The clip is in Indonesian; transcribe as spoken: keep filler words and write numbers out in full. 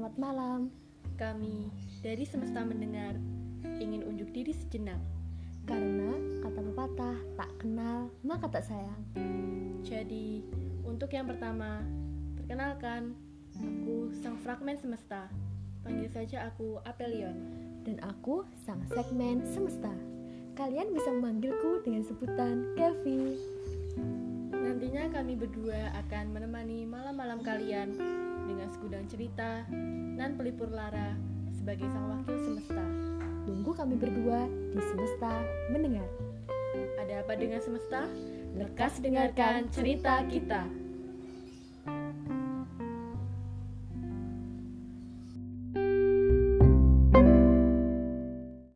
selamat malam. Kami dari Semesta Mendengar ingin unjuk diri sejenak. Karena kata pepatah, tak kenal maka tak sayang. Jadi, untuk yang pertama, perkenalkan, aku sang fragmen semesta. Panggil saja aku Apelion. Dan aku sang segmen semesta. Kalian bisa memanggilku dengan sebutan Kevi. Nantinya kami berdua akan menemani malam-malam kalian dengan segudang cerita dan pelipur lara sebagai sang wakil semesta. Tunggu kami berdua di Semesta Mendengar. Ada apa dengan semesta? Lekas dengarkan cerita kita.